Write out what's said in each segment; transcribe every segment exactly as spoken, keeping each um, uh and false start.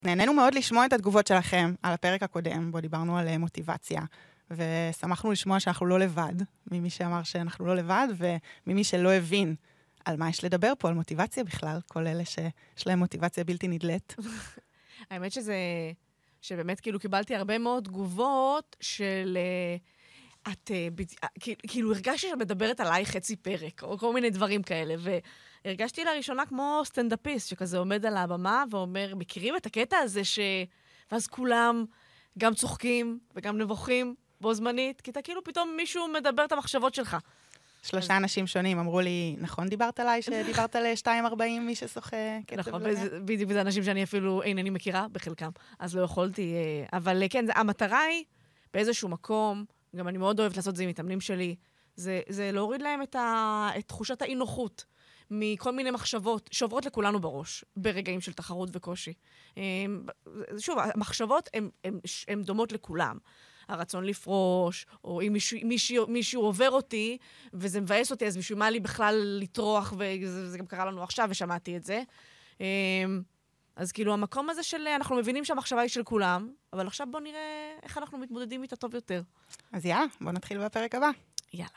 נהנינו מאוד לשמוע את התגובות שלכם על הפרק הקודם, בו דיברנו על מוטיבציה, ושמחנו לשמוע שאנחנו לא לבד, ממי שאמר שאנחנו לא לבד, וממי שלא הבין על מה יש לדבר פה, על מוטיבציה בכלל, כל אלה שיש להם מוטיבציה בלתי נדלית. האמת שזה, שבאמת כאילו קיבלתי הרבה מאוד תגובות של, את, כאילו הרגשתי שאת מדברת עליי חצי פרק, או כל מיני דברים כאלה, והרגשתי לראשונה כמו סטנדאפיסט, שכזה עומד על הבמה ואומר, מכירים את הקטע הזה ש... ואז כולם גם צוחקים וגם נבוכים בו זמנית, כי אתה כאילו פתאום מישהו מדבר את המחשבות שלך. שלושה אנשים שונים אמרו לי, נכון דיברת עליי שדיברת ל-שתיים ארבעים מי ששוחה קצב? נכון, בדיוק וזה אנשים שאני אפילו אינני מכירה בחלקם, אז לא יכולתי. אבל כן, המטרה היא באיזשהו מקום, גם אני מאוד אוהבת לעשות את זה עם מתאמנים שלי, זה, זה להוריד להם את, ה, את תחושת האי-נוחות מכל מיני מחשבות שעוברות לכולנו בראש, ברגעים של תחרות וקושי. שוב, המחשבות הן דומות לכולם. הרצון לפרוש, או אם מישהו, מישהו, מישהו עובר אותי, וזה מבאס אותי, אז בשביל מה לי בכלל לטרוח, וזה גם קרה לנו עכשיו, ושמעתי את זה. אז כאילו, המקום הזה של, אנחנו מבינים שהמחשבה היא של כולם, אבל עכשיו בואו נראה איך אנחנו מתמודדים איתה טוב יותר. אז יאללה, בואו נתחיל בפרק הבא. יאללה.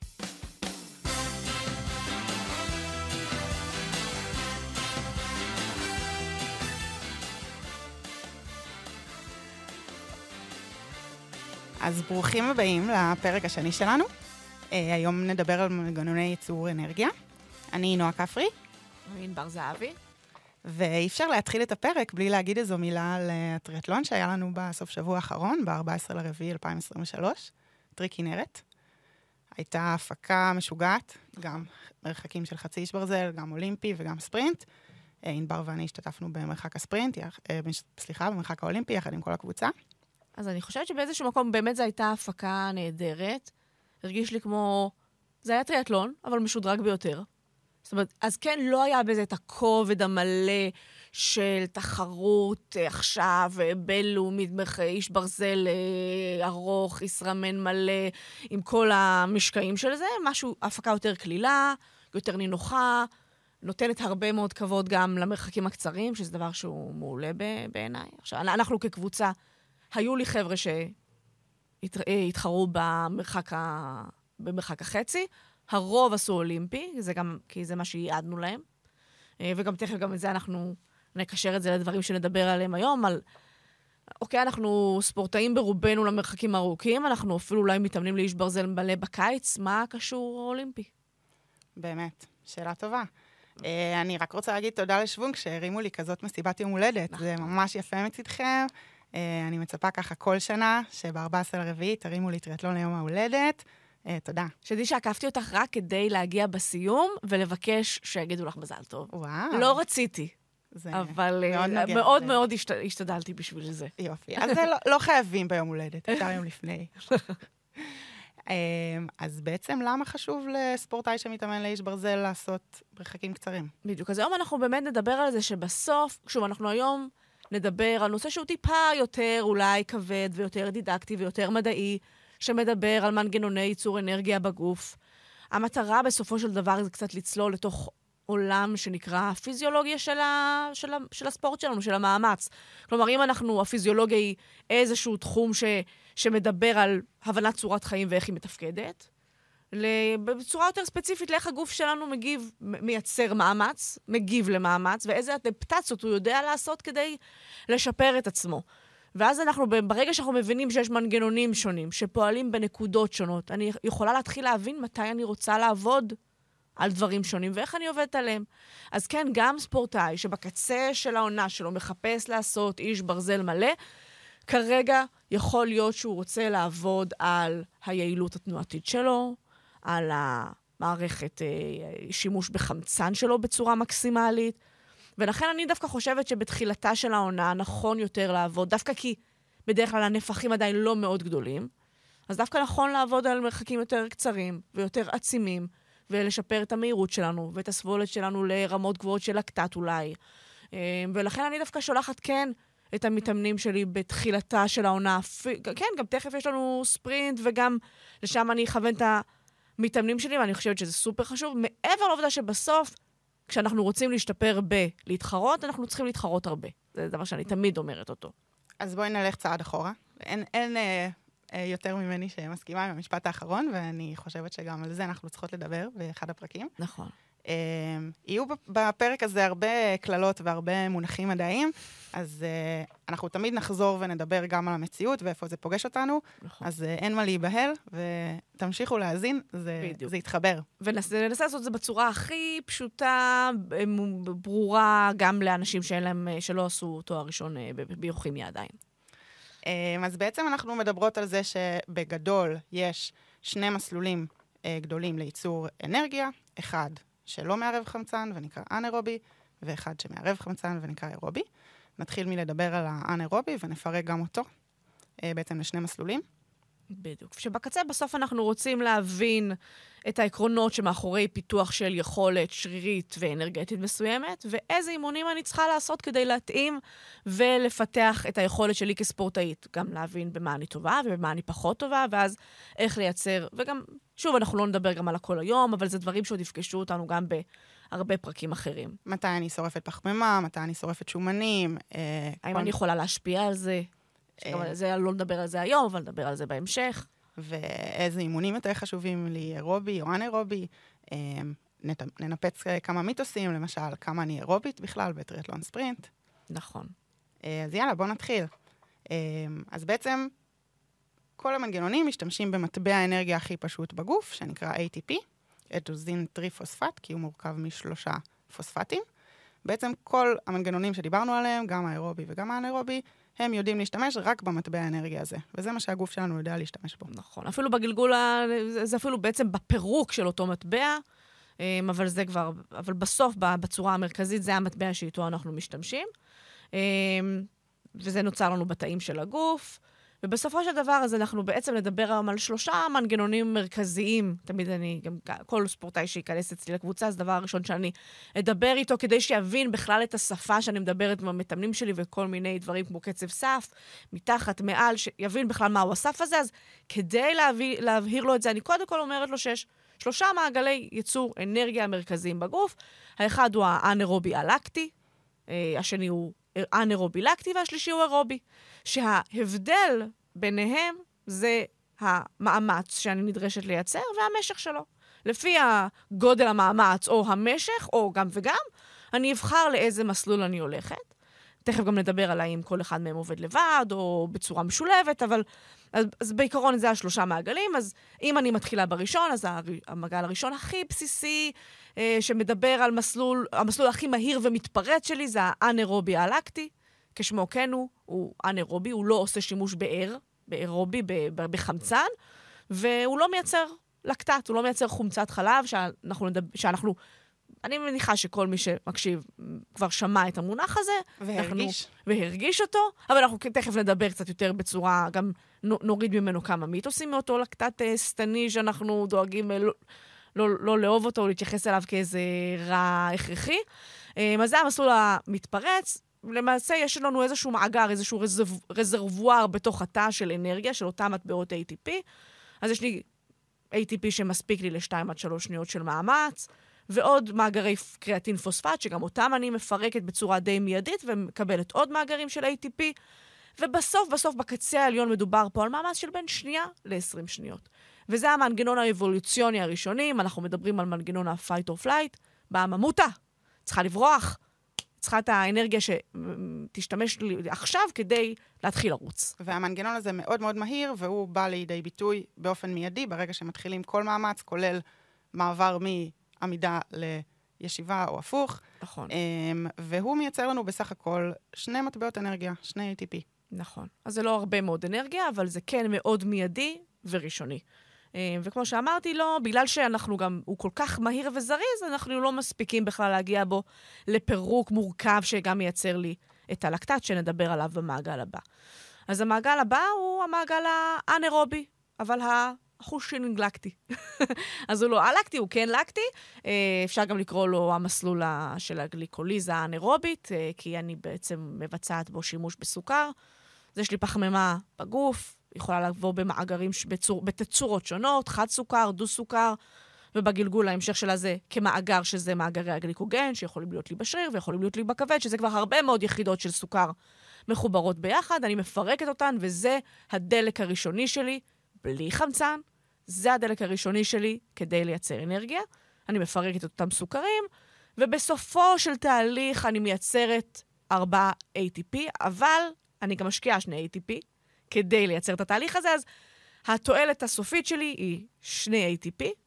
אז ברוכים הבאים לפרק השני שלנו. היום נדבר על מנגנוני ייצור אנרגיה. אני נועה כפרי. אני ענבר זהבי. ואי אפשר להתחיל את הפרק בלי להגיד איזו מילה על הטריאטלון שהיה לנו בסוף שבוע האחרון, ב-ארבעה עשר לרביעי אלפיים עשרים ושלוש, טרי כנרת. הייתה הפקה משוגעת, גם מרחקים של חצי איש ברזל, גם אולימפי וגם ספרינט. ענבר ואני השתתפנו במרחק הספרינט, סליחה, במרחק האולימפי, יחד עם כל הקבוצה. אז אני חושבת שבאיזשהו מקום באמת זו הייתה הפקה נהדרת. הרגיש לי כמו... זה היה טריאטלון, אבל משודרג ביותר. זאת אומרת, אז כן, לא היה בזה את הכובד המלא של תחרות עכשיו, בינלאומית, איש ברזל ארוך, ישרמן מלא, עם כל המשקעים של זה. משהו, הפקה יותר כלילה, יותר נינוחה, נותנת הרבה מאוד כבוד גם למרחקים הקצרים, שזה דבר שהוא מעולה בעיניי. עכשיו, אנחנו כקבוצה, היו לי חבר'ה שהתחרו במרחק, ה... במרחק החצי, הרוב עשו אולימפי, זה גם, כי זה מה שיעדנו להם, וגם תכף גם את זה אנחנו נקשר את זה לדברים שנדבר עליהם היום, על, אוקיי, אנחנו ספורטאים ברובנו למרחקים ארוכים, אנחנו אפילו אולי מתאמנים לאיש ברזל מלא בקיץ, מה קשור אולימפי? באמת, שאלה טובה. אני רק רוצה להגיד תודה לשוונג שהרימו לי כזאת מסיבת יום הולדת, זה ממש יפה מצדכם, אני מצפה ככה כל שנה, שב-ארבעה עשר לרביעי תרימו לי טריאטלון ליום ההולדת. תודה. שדי שעקפתי אותך רק כדי להגיע בסיום, ולבקש שיגידו לך מזל טוב. וואו. לא רציתי, אבל מאוד מאוד השתדלתי בשביל זה. יופי. אז זה לא חייבים ביום הולדת, אפשר יום לפני. אז בעצם למה חשוב לספורטאי שמתאמן לאיש ברזל לעשות מרחקים קצרים? בדיוק. אז היום אנחנו באמת נדבר על זה שבסוף, שוב, אנחנו היום נדבר על נושא שהוא טיפה יותר אולי כבד ויותר דידקטי ויותר מדעי, שמדבר על מנגנוני ייצור אנרגיה בגוף. המטרה בסופו של דבר זה קצת לצלול לתוך עולם שנקרא הפיזיולוגיה של, ה... של, ה... של הספורט שלנו, של המאמץ. כלומר, אם אנחנו, הפיזיולוגיה היא איזשהו תחום ש... שמדבר על הבנת צורת חיים ואיך היא מתפקדת, בצורה יותר ספציפית לאיך הגוף שלנו מגיב, מייצר מאמץ, מגיב למאמץ, ואיזה אדפטציות הוא יודע לעשות כדי לשפר את עצמו. ואז אנחנו, ברגע שאנחנו מבינים שיש מנגנונים שונים, שפועלים בנקודות שונות, אני יכולה להתחיל להבין מתי אני רוצה לעבוד על דברים שונים, ואיך אני עובדת עליהם. אז כן, גם ספורטאי שבקצה של העונה שלו מחפש לעשות איש ברזל מלא, כרגע יכול להיות שהוא רוצה לעבוד על היעילות התנועתית שלו, על המערכת שימוש בחמצן שלו בצורה מקסימלית, ולכן אני דווקא חושבת שבתחילתה של העונה נכון יותר לעבוד, דווקא כי בדרך כלל הנפחים עדיין לא מאוד גדולים, אז דווקא נכון לעבוד על מרחקים יותר קצרים ויותר עצימים, ולשפר את המהירות שלנו ואת הסבולת שלנו לרמות גבוהות של לקטט אולי. ולכן אני דווקא שולחת כן את המתאמנים שלי בתחילתה של העונה. כן, גם תכף יש לנו ספרינט, וגם לשם אני אכוון את המתאמנים שלי, ואני חושבת שזה סופר חשוב. מעבר לעובדה שבסוף, כשאנחנו רוצים להשתפר בלהתחרות, אנחנו צריכים להתחרות הרבה. זה דבר שאני תמיד אומרת אותו. אז בואי נלך צעד אחורה. אין, אין אה, אה, יותר ממני שמסכימה עם המשפט האחרון, ואני חושבת שגם על זה אנחנו צריכות לדבר באחד הפרקים. נכון. אה, יהיו בפרק הזה הרבה כללות והרבה מונחים מדעיים, אז אה, אנחנו תמיד נחזור ונדבר גם על המציאות ואיפה זה פוגש אותנו, נכון. אז אה, אין מה להיבהל, ותמשיכו להאזין, זה, זה יתחבר. וננסה לעשות את זה בצורה הכי פשוטה, ברורה, גם לאנשים שאין להם, שלא עשו תואר ראשון ביוכימיה עדיין. אז בעצם אנחנו מדברות על זה שבגדול יש שני מסלולים גדולים לייצור אנרגיה, אחד שלא מערב חמצן ונקרא אנאירובי, ואחד שמערב חמצן ונקרא אירובי. נתחיל מלדבר על האנאירובי ונפרק גם אותו, בעצם לשני מסלולים. בדיוק. שבקצה בסוף אנחנו רוצים להבין את העקרונות שמאחורי פיתוח של יכולת שרירית ואנרגטית מסוימת, ואיזה אימונים אני צריכה לעשות כדי להתאים ולפתח את היכולת שלי כספורטאית. גם להבין במה אני טובה ובמה אני פחות טובה, ואז איך לייצר, וגם, שוב, אנחנו לא נדבר גם על הכל היום, אבל זה דברים שעוד יפגשו אותנו גם בהרבה פרקים אחרים. מתי אני שורפת פחמימה, מתי אני שורפת שומנים. האם אני יכולה להשפיע על זה? שגם על זה, לא נדבר על זה היום, אבל נדבר על זה בהמשך. ואיזה אימונים יותר חשובים לי, אירובי או אנאירובי. ננפץ כמה מיתוסים, למשל, כמה אני אירובית בכלל בטריאתלון ספרינט. נכון. אז יאללה, בואו נתחיל. אז בעצם, כל המנגנונים משתמשים במטבע האנרגיה הכי פשוט בגוף, שנקרא איי טי פי, אדוזין טריפוספט, כי הוא מורכב משלושה פוספטים. בעצם כל המנגנונים שדיברנו עליהם, גם האירובי וגם האנאירובי, הם יודעים להשתמש רק במטבע האנרגיה הזה. וזה מה שהגוף שלנו יודע להשתמש בו. נכון. אפילו בגלגול, זה אפילו בעצם בפירוק של אותו מטבע, אבל זה כבר, אבל בסוף, בצורה המרכזית, זה המטבע שאיתו אנחנו משתמשים. וזה נוצר לנו בתאים של הגוף. ובסופו של דבר, אז אנחנו בעצם נדבר היום על שלושה מנגנונים מרכזיים. תמיד אני, גם כל ספורטאי שייכנס אצלי לקבוצה, זה דבר הראשון שאני אדבר איתו, כדי שיבין בכלל את השפה שאני מדברת עם המתאמנים שלי, וכל מיני דברים כמו קצב סף, מתחת, מעל, שיבין בכלל מהו הסף הזה. אז כדי להביא, להבהיר לו את זה, אני קודם כל אומרת לו שיש שלושה מעגלי ייצור אנרגיה המרכזיים בגוף. האחד הוא האנאירובי הלקטי, השני הוא אנאירובי לקטי, והשלישי הוא אירובי. שההבדל ביניהם זה המאמץ שאני נדרשת לייצר והמשך שלו. לפי הגודל המאמץ או המשך, או גם וגם, אני אבחר לאיזה מסלול אני הולכת. תכף גם נדבר על האם כל אחד מהם עובד לבד או בצורה משולבת, אבל אז, אז בעיקרון זה השלושה מעגלים. אז אם אני מתחילה בראשון, אז המעגל הראשון הכי בסיסי, אה, שמדבר על מסלול, המסלול הכי מהיר ומתפרץ שלי, זה האנאירובי הלקטי. כשמו כן הוא, הוא אנאירובי, הוא לא עושה שימוש באר, באירובי, בחמצן, והוא לא מייצר לקטט, הוא לא מייצר חומצת חלב, שאנחנו, שאנחנו, אני מניחה שכל מי שמקשיב כבר שמע את המונח הזה. והרגיש. אנחנו, והרגיש אותו, אבל אנחנו תכף נדבר קצת יותר בצורה, גם נוריד ממנו כמה מיתוסים מאותו לקטט סטני, שאנחנו דואגים לא, לא, לא לאהוב אותו, או להתייחס אליו כאיזה רע הכרחי. אז זה המסלול המתפרץ. למעשה יש לנו איזשהו מאגר, איזשהו רזרב, רזרבואר בתוך התא של אנרגיה, של אותם מטבעות איי טי פי. אז יש לי איי טי פי שמספיק לי לשתיים עד שלוש שניות של מאמץ, ועוד מאגרי קריאטין פוספט, שגם אותם אני מפרקת בצורה די מיידית, ומקבלת עוד מאגרים של איי טי פי. ובסוף, בסוף, בקצה העליון מדובר פה על מאמץ של בין שנייה ל-עשרים שניות. וזה המנגנון האבולוציוני הראשוני, אם אנחנו מדברים על מנגנון ה-fight or flight, בממותה, צריכה לברוח. צריכה את האנרגיה שתשתמש עכשיו כדי להתחיל לרוץ. והמנגנון הזה מאוד מאוד מהיר, והוא בא לידי ביטוי באופן מיידי, ברגע שמתחילים כל מאמץ, כולל מעבר מעמידה לישיבה או הפוך. נכון. והוא מייצר לנו בסך הכל שני מטבעות אנרגיה, שני איי טי פי. נכון. אז זה לא הרבה מאוד אנרגיה, אבל זה כן מאוד מיידי וראשוני. וכמו שאמרתי לו, בגלל שאנחנו גם, הוא כל כך מהיר וזריז, אנחנו לא מספיקים בכלל להגיע בו לפירוק מורכב שגם מייצר לי את הלקטט שנדבר עליו במעגל הבא. אז המעגל הבא הוא המעגל האנאירובי, אבל החושינג לקטי. אז הוא לא הלקטי, הוא כן לקטי. אפשר גם לקרוא לו המסלול של הגליקוליזה האנאירובית, כי אני בעצם מבצעת בו שימוש בסוכר. אז יש לי פחמימה בגוף, יכולה לעבור במאגרים בצור, בתצורות שונות, חד סוכר, דו סוכר, ובגלגול ההמשך שלה זה כמאגר, שזה מאגרי הגליקוגן, שיכולים להיות לי בשריר ויכולים להיות לי בכבד, שזה כבר הרבה מאוד יחידות של סוכר מחוברות ביחד. אני מפרקת אותן, וזה הדלק הראשוני שלי, בלי חמצן. זה הדלק הראשוני שלי כדי לייצר אנרגיה. אני מפרקת את אותם סוכרים, ובסופו של תהליך אני מייצרת ארבע איי טי פי, אבל אני גם משקיעה שני איי טי פי כדי לייצר את התהליך הזה, אז התועלת הסופית שלי היא שני איי טי פי.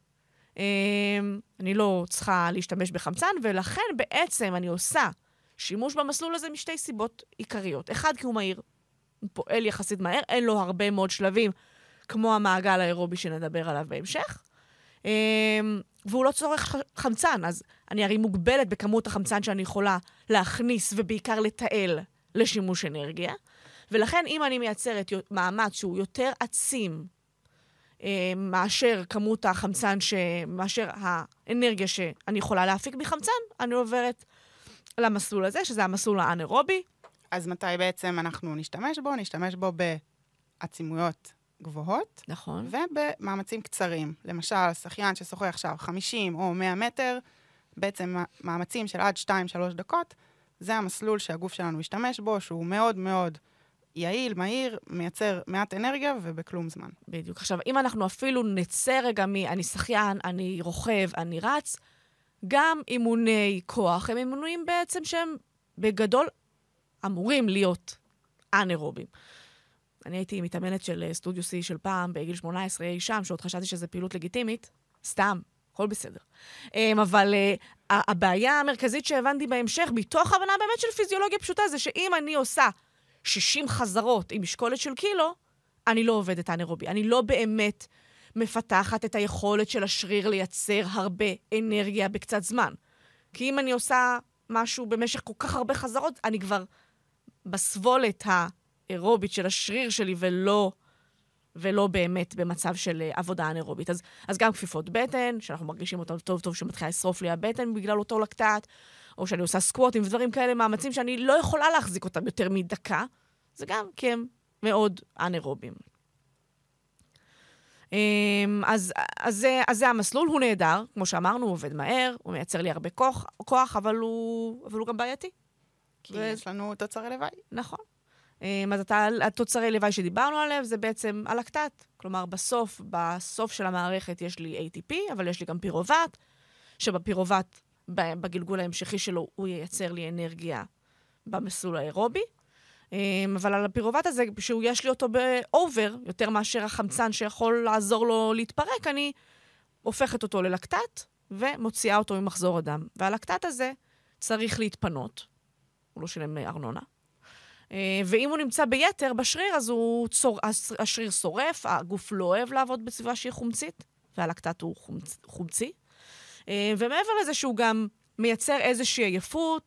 אני לא צריכה להשתמש בחמצן, ולכן בעצם אני עושה שימוש במסלול הזה משתי סיבות עיקריות. אחד, כי הוא מהיר. הוא פועל יחסית מהר, אין לו הרבה מאוד שלבים, כמו המעגל האירובי שנדבר עליו בהמשך. והוא לא צורך חמצן, אז אני הרי מוגבלת בכמות החמצן שאני יכולה להכניס, ובעיקר לתעל לשימוש אנרגיה. ולכן אם אני מייצרת מאמץ שהוא יותר עצים, מאשר כמות החמצן, ש... מאשר האנרגיה שאני יכולה להפיק מחמצן, אני עוברת למסלול הזה, שזה המסלול האנאירובי. אז מתי בעצם אנחנו נשתמש בו? נשתמש בו בעצימויות גבוהות. נכון. ובמאמצים קצרים. למשל, שחיין ששוחה עכשיו חמישים או מאה מטר, בעצם מאמצים של עד שתיים שלוש דקות, זה המסלול שהגוף שלנו משתמש בו, שהוא מאוד מאוד יעיל, מהיר, מייצר מעט אנרגיה ובכלום זמן. בדיוק. עכשיו, אם אנחנו אפילו נצא רגע מ... אני שחיין, אני רוכב, אני רץ, גם אימוני כוח, הם אימונים בעצם שהם בגדול אמורים להיות אנאירובים. אני הייתי מתאמנת של סטודיו C של פעם, בגיל שמונה עשרה אי שם, שעוד חשבתי שזה פעילות לגיטימית, סתם, הכל בסדר. אבל הבעיה המרכזית שהבנתי בהמשך, מתוך הבנה באמת של פיזיולוגיה פשוטה, זה שאם אני עושה שישים חזרות עם משקולת של קילו, אני לא עובדת אנאירובי. אני לא באמת מפתחת את היכולת של השריר לייצר הרבה אנרגיה בקצת זמן. כי אם אני עושה משהו במשך כל כך הרבה חזרות, אני כבר בסבולת האירובית של השריר שלי, ולא, ולא באמת במצב של עבודה אנאירובית. אז, אז גם כפיפות בטן, שאנחנו מרגישים אותם טוב טוב, שמתחילה לשרוף לי הבטן בגלל אותו לקטט, או שאני עושה סקווטים ודברים כאלה, מאמצים שאני לא יכולה להחזיק אותם יותר מדקה, זה גם כי הם מאוד אנאירובים. אז, אז, זה, אז זה המסלול, הוא נהדר, כמו שאמרנו, הוא עובד מהר, הוא מייצר לי הרבה כוח, כוח אבל, הוא, אבל הוא גם בעייתי. כי ו... יש לנו תוצרי לוואי. נכון. אז התוצרי לוואי שדיברנו עליו, זה בעצם הלקטט. כלומר, בסוף, בסוף של המערכת יש לי איי טי פי, אבל יש לי גם פירובט, שבפירובט, בגלגול ההמשכי שלו, הוא ייצר לי אנרגיה במסלול האירובי. אבל על הפירובט הזה, שיש לי אותו באובר, יותר מאשר החמצן שיכול לעזור לו להתפרק, אני הופכת אותו ללקטט, ומוציאה אותו ממחזור הדם. והלקטט הזה צריך להתפנות. הוא לא שילם ארנונה. ואם הוא נמצא ביתר בשריר, אז הוא צור, השריר שורף, הגוף לא אוהב לעבוד בסביבה שהיא חומצית, והלקטט הוא חומצ, חומצי. ומעבר לזה שהוא גם מייצר איזושהי עייפות,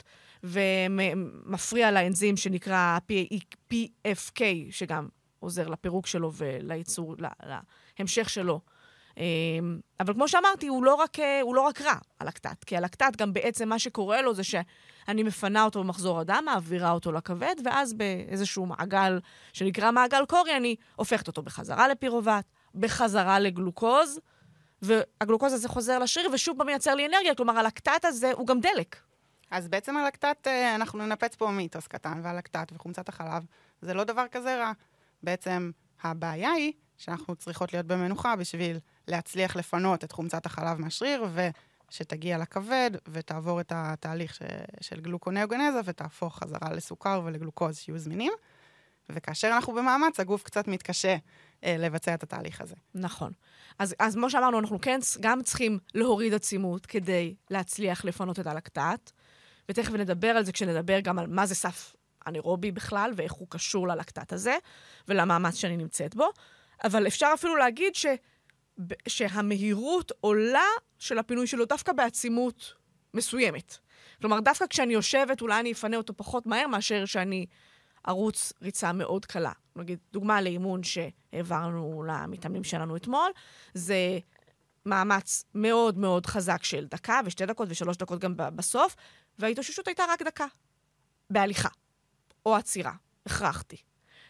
ומפריע לאנזים שנקרא פי אף קיי, שגם עוזר לפירוק שלו ולייצור, להמשך שלו. אבל כמו שאמרתי, הוא לא רק, הוא לא רק רע, הלקטט, כי הלקטט גם בעצם מה שקורה לו זה שאני מפנה אותו במחזור הדם, מעבירה אותו לכבד, ואז באיזשהו מעגל שנקרא מעגל קורי, אני הופכת אותו בחזרה לפירובט, בחזרה לגלוקוז, והגלוקוז הזה חוזר לשריר, ושוב במייצר לי אנרגיה, כלומר, הלקטט הזה הוא גם דלק. אז בעצם הלקטט, אנחנו ננפץ פה מיתוס קטן, והלקטט וחומצת החלב, זה לא דבר כזה רע. בעצם הבעיה היא שאנחנו צריכות להיות במנוחה בשביל להצליח לפנות את חומצת החלב מהשריר, ושתגיע לכבד ותעבור את התהליך ש... של גלוקונאוגנזה, ותהפוך חזרה לסוכר ולגלוקוז שיהיו זמינים. וכאשר אנחנו במאמץ, הגוף קצת מתקשה אה, לבצע את התהליך הזה. נכון. אז, אז כמו שאמרנו, אנחנו כן גם צריכים להוריד עצימות כדי להצליח לפנות את הלקטט, ותכף נדבר על זה כשנדבר גם על מה זה סף אנאירובי בכלל, ואיך הוא קשור ללקטט הזה, ולמאמץ שאני נמצאת בו. אבל אפשר אפילו להגיד ש... שהמהירות עולה של הפינוי שלו דווקא בעצימות מסוימת. כלומר, דווקא כשאני יושבת, אולי אני אפנה אותו פחות מהר, מאשר שאני ארוץ ריצה מאוד קלה. נגיד, דוגמה לאימון שהעברנו למתאמנים שלנו אתמול, זה מאמץ מאוד מאוד חזק של דקה, ושתי דקות ושלוש דקות גם בסוף, וההתאוששות הייתה רק דקה. בהליכה. או עצירה. הכרחתי.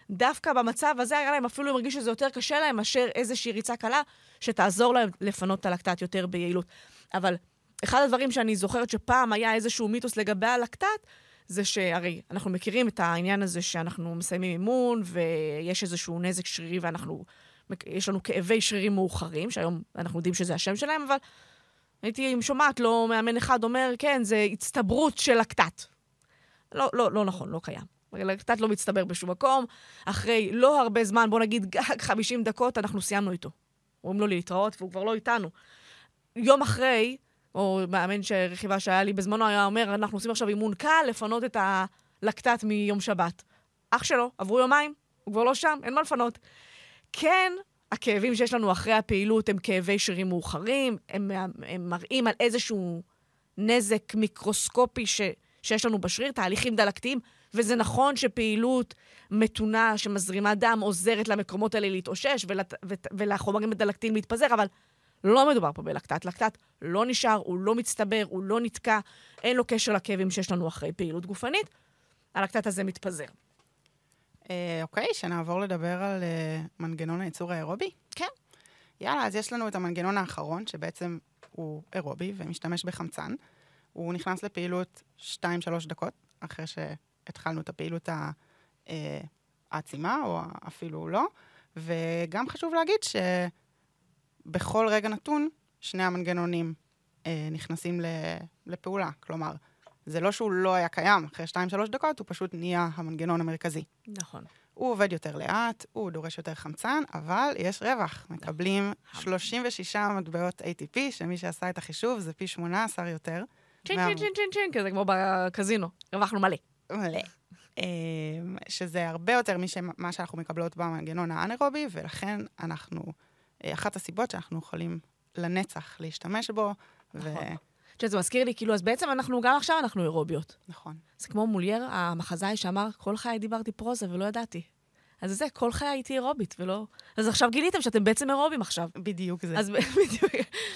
דווקא במצב הזה היה להם, אפילו הם הרגישו שזה יותר קשה להם, מאשר איזושהי ריצה קלה, שתעזור להם לפנות את הלקטט יותר ביעילות. אבל אחד הדברים שאני זוכרת שפעם היה איזשהו מיתוס לגבי הלקטט, זה שהרי אנחנו מכירים את העניין הזה שאנחנו מסיימים אימון, ויש איזשהו נזק שרירי, ואנחנו, יש לנו כאבי שרירים מאוחרים, שהיום אנחנו יודעים שזה השם שלהם, אבל הייתי שומעת, לא מאמן אחד אומר, כן, זה הצטברות של לקטט. לא, לא, לא נכון, לא קיים. לקטט לא מצטבר בשום מקום. אחרי לא הרבה זמן, בוא נגיד גג חמישים דקות, אנחנו סיימנו איתו. אומרים לו להתראות, והוא כבר לא איתנו. יום אחרי, או מאמן רכיבה שהיה לי בזמנו, היה אומר, אנחנו עושים עכשיו אימון קל, לפנות את הלקטט מיום שבת. אח שלו, עברו יומיים, הוא כבר לא שם, אין מה לפנות. כן, הכאבים שיש לנו אחרי הפעילות הם כאבי שרירים מאוחרים, הם, הם מראים על איזשהו נזק מיקרוסקופי ש, שיש לנו בשריר, תהליכים דלקתיים, וזה נכון שפעילות מתונה שמזרימה דם עוזרת למקומות האלה להתאושש ול, ולחומרים הדלקתיים להתפזר, אבל לא מדובר פה בלקטט. לקטט לא נשאר, הוא לא מצטבר, הוא לא נתקע, אין לו קשר לכאבים שיש לנו אחרי פעילות גופנית, הלקטט הזה מתפזר. אוקיי, שנעבור לדבר על מנגנון הייצור האירובי? כן. יאללה, אז יש לנו את המנגנון האחרון, שבעצם הוא אירובי ומשתמש בחמצן. הוא נכנס לפעילות שתיים שלוש דקות, אחרי שהתחלנו את הפעילות העצימה, או אפילו לא. וגם חשוב להגיד שבכל רגע נתון, שני המנגנונים נכנסים לפעולה. כלומר, זה לא שהוא לא היה קיים אחרי שתיים שלוש דקות, הוא פשוט נהיה המנגנון המרכזי. נכון. הוא עובד יותר לאט, הוא דורש יותר חמצן, אבל יש רווח. מקבלים שלושים ושש מטבעות איי טי פי, שמי שעשה את החישוב זה פי שמונה עשר יותר. צ'ין, צ'ין, צ'ין, צ'ין, צ'ין, כזה כמו בקזינו. הרווחנו מלא. מלא. שזה הרבה יותר ממה שאנחנו מקבלות במנגנון האנאירובי, ולכן אנחנו, אחת הסיבות שאנחנו יכולים לנצח להשתמש בו, ו... שזה מזכיר לי, כאילו, אז בעצם אנחנו, גם עכשיו אנחנו אירוביות. נכון. זה כמו מולייר, המחזאי שאמר, כל חיי דיברתי פרוזה ולא ידעתי. אז זה, כל חיי הייתי אירובית, ולא... אז עכשיו גיליתם שאתם בעצם אירובים עכשיו. בדיוק זה. אז בדיוק.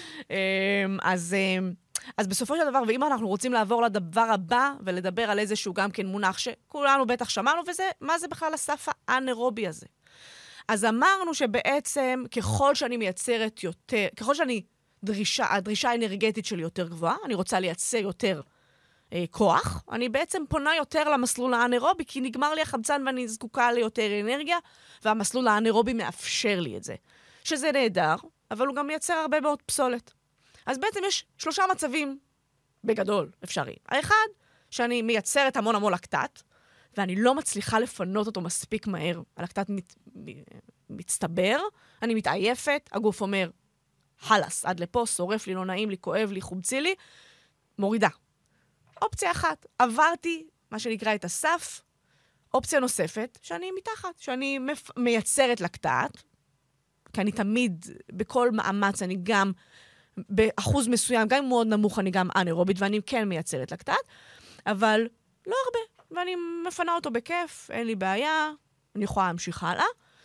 אז, אז בסופו של דבר, ואם אנחנו רוצים לעבור לדבר הבא, ולדבר על איזשהו גם כן מונח שכולנו בטח שמענו, וזה, מה זה בכלל הסף האנאירובי הזה? אז אמרנו שבעצם, ככל שאני מייצרת יותר, ככל שאני דרישה, הדרישה האנרגטית שלי יותר גבוהה, אני רוצה לייצר יותר אה, כוח, אני בעצם פונה יותר למסלול האנאירובי, כי נגמר לי החמצן ואני זקוקה ליותר אנרגיה, והמסלול האנאירובי מאפשר לי את זה. שזה נהדר, אבל הוא גם מייצר הרבה מאוד פסולת. אז בעצם יש שלושה מצבים בגדול אפשריים. האחד, שאני מייצרת המון המון לקטט, ואני לא מצליחה לפנות אותו מספיק מהר. הלקטט מת, מצטבר, אני מתעייפת, הגוף אומר, חלס, עד לפה, שורף לי, לא נעים לי, כואב לי, חומצי לי, מורידה. אופציה אחת, עברתי, מה שנקרא את הסף, אופציה נוספת, שאני מתחת, שאני מפ... מייצרת לקטט, כי אני תמיד, בכל מאמץ, אני גם, באחוז מסוים, גם מאוד נמוך, אני גם אנאירובית, ואני כן מייצרת לקטט, אבל לא הרבה, ואני מפנה אותו בכיף, אין לי בעיה, אני יכולה להמשיך הלאה,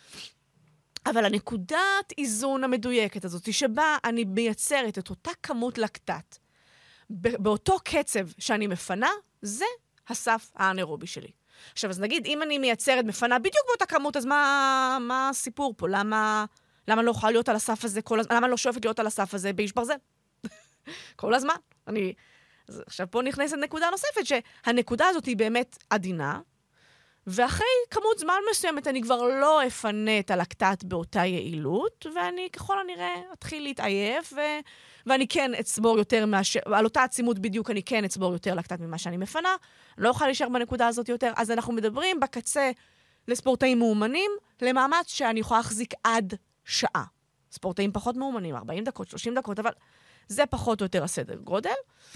אבל הנקודת איזון המדויקת הזאת, שבה אני מייצרת את אותה כמות לקטט, באותו קצב שאני מפנה, זה הסף האנאירובי שלי. עכשיו, אז נגיד, אם אני מייצרת, מפנה בדיוק באותה כמות, אז מה, מה הסיפור פה? למה, למה לא יכולה להיות על הסף הזה כל הזמן? למה לא שואפת להיות על הסף הזה באיש ברזל? כל הזמן. אני... אז עכשיו, פה נכנסת נקודה נוספת, שהנקודה הזאת היא באמת עדינה, ואחרי כמות זמן מסוימת אני כבר לא אפנה את הלקטט באותה יעילות, ואני ככל הנראה אתחיל להתעייף, ו... ואני כן אצבור יותר, מאשר... על אותה עצימות בדיוק אני כן אצבור יותר לקטט ממה שאני מפנה, לא אוכל להישאר בנקודה הזאת יותר, אז אנחנו מדברים בקצה לספורטאים מאומנים, למאמץ שאני יכולה להחזיק עד שעה. ספורטאים פחות מאומנים, ארבעים דקות, שלושים דקות, אבל זה פחות או יותר הסדר גודל,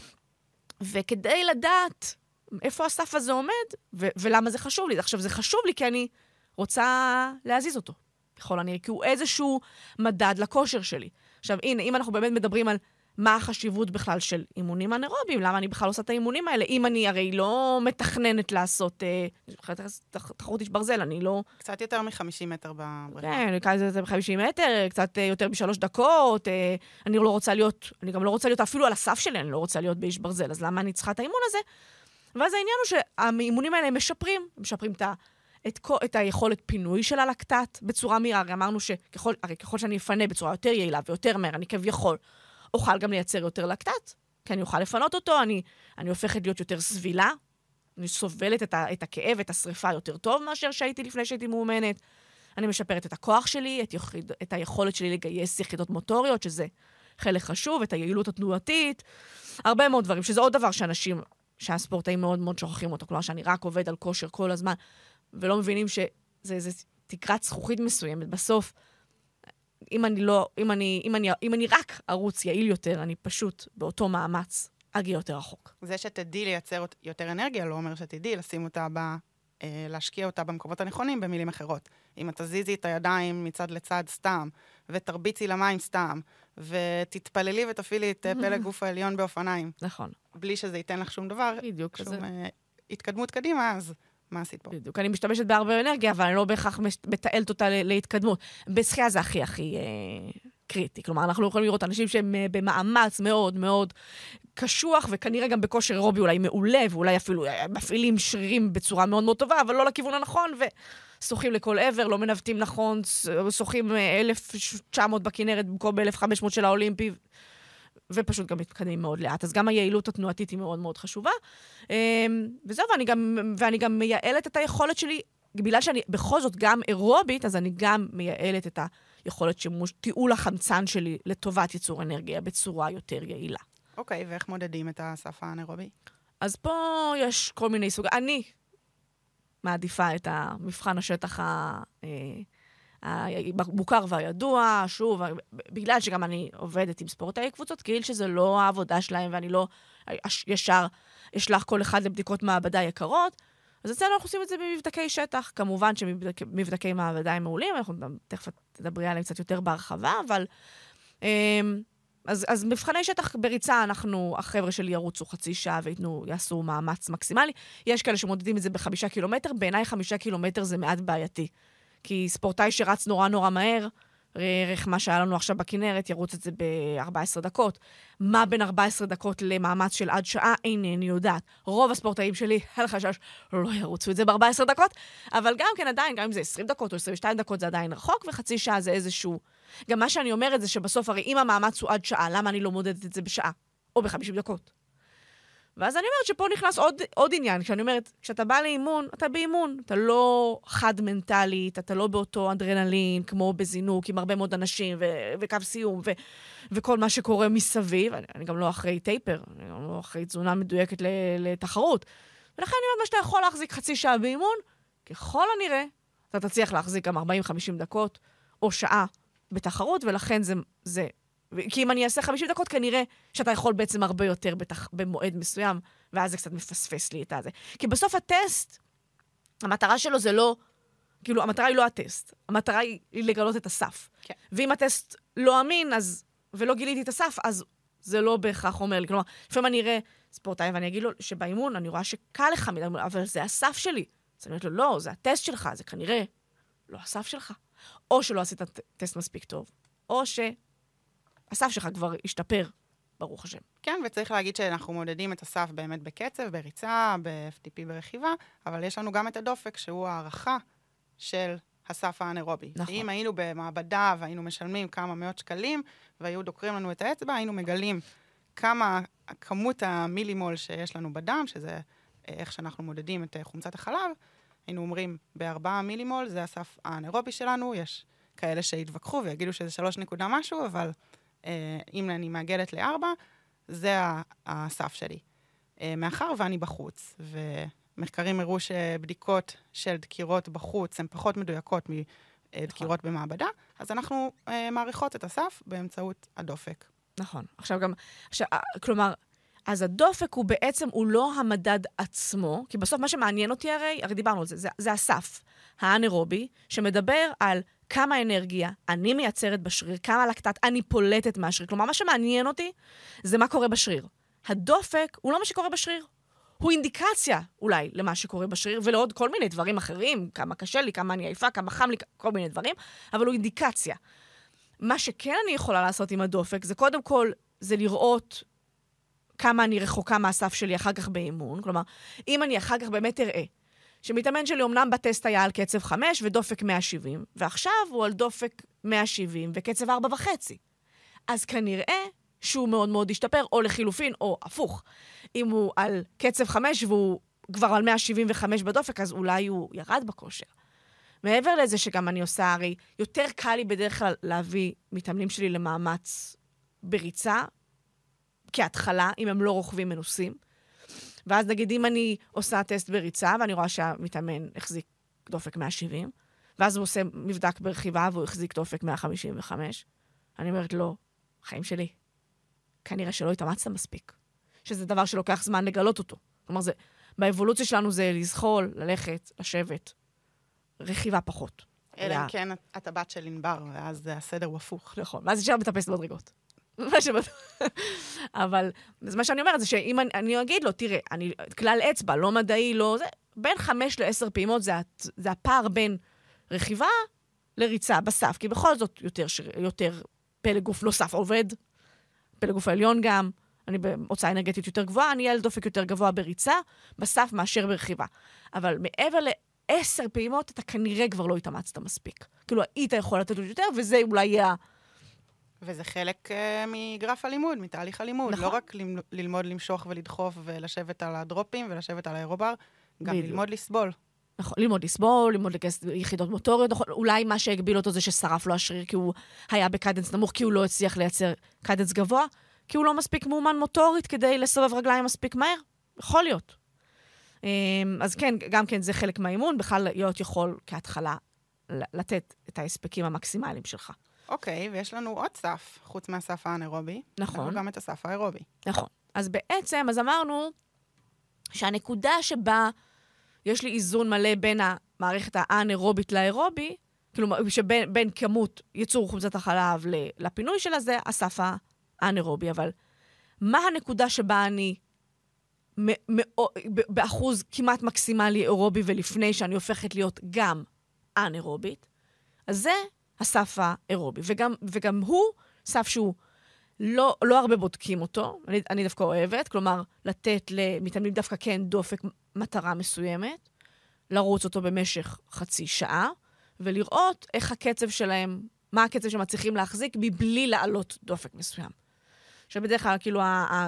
וכדי לדעת איפה הסף הזה עומד, ו- ולמה זה חשוב לי. עכשיו, זה חשוב לי כי אני רוצה להזיז אותו, בכל הנראה, כי הוא איזשהו מדד לכושר שלי. עכשיו, הנה, אם אנחנו באמת מדברים על מה החשיבות בכלל של אימונים אנאירוביים, למה אני בכלל עושה את האימונים האלה, אם אני הרי לא מתכננת לעשות, אה, תחרות איש ברזל, אני לא... קצת יותר מ-חמישים מטר בבריכה. כן, קצת יותר מ-חמישים מטר, קצת יותר משלוש דקות, אה, אני לא רוצה להיות, אני גם לא רוצה להיות אפילו על הסף שלי, אני לא רוצה להיות באיש ברזל, אז למה אני צריכה את האימון הזה? ואז העניין הוא שהאימונים האלה הם משפרים, הם משפרים את, את, כל, את היכולת פינוי של הלקטט בצורה מהירה. הרי אמרנו שככל, הרי ככל שאני אפנה בצורה יותר יעילה ויותר מהר, אני כביכול אוכל גם לייצר יותר לקטט, כי אני אוכל לפנות אותו, אני, אני הופכת להיות יותר סבילה, אני סובלת את, ה, את הכאב, את השריפה יותר טוב מאשר שהייתי לפני שהייתי מאומנת. אני משפרת את הכוח שלי, את, יחיד, את היכולת שלי לגייס יחידות מוטוריות, שזה חלק חשוב, את היעילות התנועתית, הרבה מאוד דברים, שזה עוד דבר שאנשים, שהספורטאים מאוד מאוד שוכחים אותו, כלומר שאני רק עובד על כושר כל הזמן, ולא מבינים שזה איזה תקרת זכוכית מסוימת. בסוף, אם אני לא, אם אני, אם אני, אם אני רק ערוץ יעיל יותר, אני פשוט באותו מאמץ אגיע יותר רחוק. זה שתדעי לייצר יותר אנרגיה, לא אומר שתדעי לשים אותה ב... להשקיע אותה במקומות הנכונים, במילים אחרות. אם את תזיזי את הידיים מצד לצד סתם, ותרביצי למים סתם, ותתפללי ותפעילי את פלג גוף העליון באופניים. נכון. בלי שזה ייתן לך שום דבר, בדיוק. שום התקדמות קדימה, אז מה עשית פה? בדיוק. אני משתמשת בהרבה אנרגיה, אבל אני לא בהכרח מתעלת אותה להתקדמות. בשחייה זה הכי הכי קריטי. כלומר, אנחנו יכולים לראות אנשים שהם במאמץ מאוד מאוד קשוח, וכנראה גם בכושר אירובי אולי מעולה, ואולי אפילו מפעילים שרירים בצורה מאוד מאוד טובה, אבל לא לכיוון הנכון, ושוחים לכל עבר, לא מנווטים נכון, שוחים אלף תשע מאות בכנרת במקום ב-אלף וחמש מאות של האולימפי, ופשוט גם מתקדמים מאוד לאט. אז גם היעילות התנועתית היא מאוד מאוד חשובה. וזהו, ואני גם, ואני גם מייעלת את היכולת שלי, בגלל שאני בכל זאת גם אירובית, אז אני גם מייעלת את היכולת שימוש, תיעול החמצן שלי לטובת ייצור אנרגיה בצורה יותר יעילה. אוקיי, ואיך מודדים את הסף האנאירובי? אז פה יש כל מיני סוג... אני מעדיפה את המבחן השטח המוכר והידוע, שוב, בגלל שגם אני עובדת עם ספורטאי קבוצות גיל, שזה לא העבודה שלהם, ואני לא ישר אשלח כל אחד לבדיקות מעבדה יקרות, אז אצלנו אנחנו עושים את זה במבדקי שטח. כמובן שמבדקי מעבדה הם מעולים, אנחנו תכף תדברי עליהם קצת יותר בהרחבה, אבל... אז, אז מבחני שטח בריצה, אנחנו, החבר'ה שלי ירוצו חצי שעה ויתנו, יעשו מאמץ מקסימלי. יש כאלה שמודדים את זה בחמישה קילומטר, בעיניי חמישה קילומטר זה מעט בעייתי. כי ספורטאי שרץ נורא נורא מהר, ערך מה שהיה לנו עכשיו בכנרת, ירוץ את זה ב-ארבע עשרה דקות. מה בין ארבע עשרה דקות למאמץ של עד שעה? אינני יודעת. רוב הספורטאים שלי, על חשש, לא ירוצו את זה ב-ארבע עשרה דקות, אבל גם כן עדיין, גם אם זה עשרים דקות או עשרים ושתיים דקות, זה עדיין רחוק, וחצי שעה זה איזשהו... גם מה שאני אומרת זה שבסוף, הרי אם המאמץ הוא עד שעה, למה אני לא מודדת את זה בשעה? או ב-חמישים דקות. ואז אני אומרת שפה נכנס עוד, עוד עניין, כשאני אומרת, כשאתה בא לאימון, אתה באימון, אתה לא חד מנטלית, אתה לא באותו אדרנלין, כמו בזינוק, עם הרבה מאוד אנשים, ו- וקו סיום, ו- וכל מה שקורה מסביב. אני, אני גם לא אחרי טייפר, אני גם לא אחרי תזונה מדויקת לתחרות. ולכן אני אומרת, מה שאתה יכול להחזיק חצי שעה באימון, ככל הנראה, אתה תצליח להחזיק גם ארבעים חמישים דקות, או שעה בתחרות, ולכן זה... זה כי אם אני אעשה חמישים דקות, כנראה שאתה יכול בעצם הרבה יותר בתח... במועד מסוים, ואז זה קצת מפספס לי את הזה. כי בסוף הטסט, המטרה שלו זה לא, כאילו, המטרה היא לא הטסט. המטרה היא לגלות את הסף. כן. ואם הטסט לא אמין, אז, ולא גיליתי את הסף, אז זה לא בהכרח אומר לי. כלומר, לפעמים אני אראה ספורטאי, ואני אגיד לו שבאימון אני רואה שקל לך מדי, אבל זה הסף שלי. אז אני אומרת לו, לא, זה הטסט שלך, זה כנראה לא הסף שלך. או שלא עשית טסט מספיק טוב, או ש... הסף שלך כבר השתפר, ברוך השם. כן, וצריך להגיד שאנחנו מודדים את הסף באמת בקצב, בריצה, ב-אף טי פי ברכיבה, אבל יש לנו גם את הדופק, שהוא הערכה של הסף האנאירובי. נכון. אם היינו במעבדה והיינו משלמים כמה מאות שקלים, והיו דוקרים לנו את האצבע, היינו מגלים כמה, כמות המילימול שיש לנו בדם, שזה איך שאנחנו מודדים את חומצת החלב, היינו אומרים, בארבעה מילימול, זה הסף האנאירובי שלנו, יש כאלה שהתווכחו ויגידו שזה שלוש נקודה משהו, אבל... אם אני מעגלת לארבע, זה הסף שלי. מאחר ואני בחוץ, ומחקרים הראו שבדיקות של דקירות בחוץ הן פחות מדויקות מדקירות במעבדה, אז אנחנו מעריכות את הסף באמצעות הדופק. נכון. עכשיו גם, עכשיו, כלומר, אז הדופק הוא בעצם, הוא לא המדד עצמו, כי בסוף מה שמעניין אותי הרי, הרי דיברנו על זה, זה, זה הסף האנאירובי, שמדבר על כמה אנרגיה אני מייצרת בשריר, כמה לקטט אני פולטת מהשריר. כלומר, מה שמעניין אותי זה מה קורה בשריר. הדופק הוא לא מה שקורה בשריר. הוא אינדיקציה אולי למה שקורה בשריר, ולעוד כל מיני דברים אחרים, כמה קשה לי, כמה אני עייפה, כמה חם לי, כל מיני דברים, אבל הוא אינדיקציה. מה שכן אני יכולה לעשות עם הדופק, זה קודם כל, זה לראות כמה אני רחוקה מהסף שלי אחר כך באימון. כלומר, אם אני אחר כך באמת אראה, שמתאמן שלי אומנם בטסט היה על קצב חמש ודופק מאה שבעים, ועכשיו הוא על דופק מאה שבעים וקצב ארבע וחצי. אז כנראה שהוא מאוד מאוד השתפר, או לחילופין, או הפוך. אם הוא על קצב חמש והוא כבר על מאה שבעים וחמש בדופק, אז אולי הוא ירד בכושר. מעבר לזה שגם אני עושה, הרי יותר קל לי בדרך כלל להביא מתאמנים שלי למאמץ בריצה, כהתחלה, אם הם לא רוכבים מנוסים. ואז נגיד, אם אני עושה טסט בריצה, ואני רואה שהמתאמן החזיק דופק מאה שבעים, ואז הוא עושה מבדק ברכיבה, והוא החזיק דופק מאה חמישים וחמש, אני אומרת לו, חיים שלי, כנראה שלא התאמצת מספיק. שזה דבר שלוקח זמן לגלות אותו. כלומר, זה, באבולוציה שלנו זה לזחול, ללכת, לשבת, רכיבה פחות. אלא אם כן, את הבת של ענבר, ואז הסדר הוא הפוך. נכון, ואז ישר מטפסת מדרגות. אבל מה שאני אומרת זה שאם אני, אני אגיד לו, תראה, אני, כלל אצבע, לא מדעי, לא זה, בין חמש לעשר פעימות זה, זה הפער בין רכיבה לריצה בסף, כי בכל זאת יותר, יותר פלג גוף נוסף עובד, פלג גוף העליון גם, אני בהוצאה אנרגטית יותר גבוהה, אני על דופק יותר גבוה בריצה, בסף מאשר ברכיבה. אבל מעבר לעשר פעימות, אתה כנראה כבר לא התאמצת מספיק. כאילו, היית יכול לתת יותר, וזה אולי יהיה... וזה חלק uh, מגרף הלימוד, מתהליך הלימוד. נכון. לא רק ל- ללמוד למשוך ולדחוף ולשבת על הדרופים ולשבת על האירובר, גם בדיוק. ללמוד לסבול. נכון, ללמוד לסבול, ללמוד לגייס יחידות מוטוריות. נכון, אולי מה שהגביל אותו זה ששרף לו השריר, כי הוא היה בקדנס נמוך, כי הוא לא הצליח לייצר קדנס גבוה, כי הוא לא מספיק מאומן מוטורית כדי לסובב רגליים מספיק מהר. יכול להיות. אז כן, גם כן זה חלק מהאימון, בכלל להיות יכול כהתחלה לתת את ההספקים המקסימליים שלך. אוקיי, ויש לנו עוד סף, חוץ מהסף האנאירובי. נכון. וגם את הסף האירובי. נכון. אז בעצם, אז אמרנו שהנקודה שבה יש לי איזון מלא בין המערכת האנאירובית לאירובי, כלומר, שבין בין כמות ייצור חומצת החלב לפינוי שלה, זה הסף האנאירובי. אבל מה הנקודה שבה אני באחוז כמעט מקסימלי אירובי, ולפני שאני הופכת להיות גם אנאירובית? אז זה הסף האירובי. וגם, וגם הוא סף שהוא לא, לא הרבה בודקים אותו. אני, אני דווקא אוהבת, כלומר, לתת למתאמנים דווקא כן דופק מטרה מסוימת, לרוץ אותו במשך חצי שעה, ולראות איך הקצב שלהם, מה הקצב שמצליחים להחזיק, מבלי לעלות דופק מסוים. שבדרך כלל, כאילו,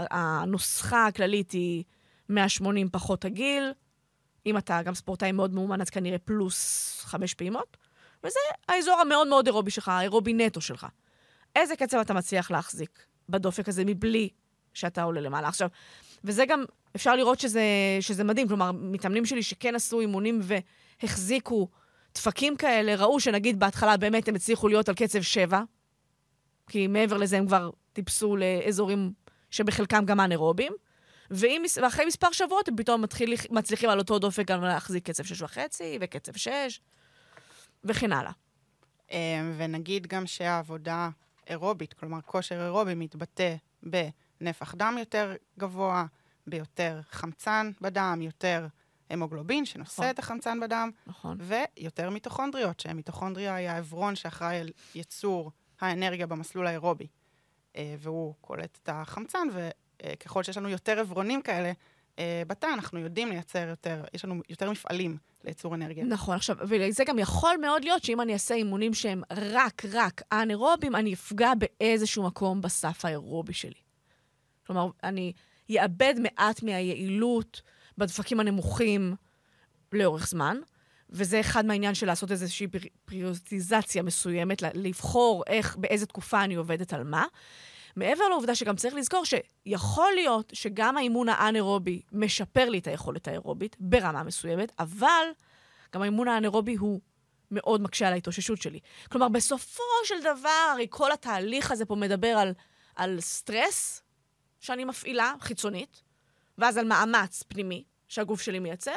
הנוסחה הכללית היא מאה ושמונים פחות הגיל, אם אתה גם ספורטאי מאוד מאומן, אז כנראה פלוס חמש פעימות, וזה האזור המאוד מאוד אירובי שלך, האירובי נטו שלך. איזה קצב אתה מצליח להחזיק בדופק הזה, מבלי שאתה עולה למעלה. עכשיו, וזה גם, אפשר לראות שזה, שזה מדהים, כלומר, מתאמנים שלי שכן עשו אימונים והחזיקו דפקים כאלה, ראו שנגיד בהתחלה באמת הם הצליחו להיות על קצב שבע, כי מעבר לזה הם כבר טיפסו לאזורים שבחלקם גם אנאירובים, ואחרי מספר שבועות הם פתאום מתחיל, מצליחים על אותו דופק גם להחזיק קצב שש וחצי וקצב שש, וכן הלאה. ונגיד גם שהעבודה אירובית, כלומר כושר אירובי, מתבטא בנפח דם יותר גבוה, ביותר חמצן בדם, יותר המוגלובין שנושא את החמצן בדם, ויותר מיטוכונדריות, שהמיטוכונדריה היא העברון שאחראי על ייצור האנרגיה במסלול האירובי. והוא קולט את החמצן, וככל שיש לנו יותר עברונים כאלה, בתא אנחנו יודעים לייצר יותר, יש לנו יותר מפעלים לייצור אנרגיה. נכון, עכשיו, וזה גם יכול מאוד להיות שאם אני אעשה אימונים שהם רק, רק אנאירובים, אני אפגע באיזשהו מקום בסף האירובי שלי. כלומר, אני יאבד מעט מהיעילות בדפקים הנמוכים לאורך זמן, וזה אחד מהעניין של לעשות איזושהי פריוריטיזציה מסוימת, לבחור איך, באיזה תקופה אני עובדת על מה. מעבר לעובדה שגם צריך לזכור שיכול להיות שגם האימון האנאירובי משפר לי את היכולת האירובית ברמה מסוימת, אבל גם האימון האנאירובי הוא מאוד מקשה על ההתאוששות שלי. כלומר, בסופו של דבר, הרי כל התהליך הזה פה מדבר על, על סטרס שאני מפעילה חיצונית, ואז על מאמץ פנימי שהגוף שלי מייצר,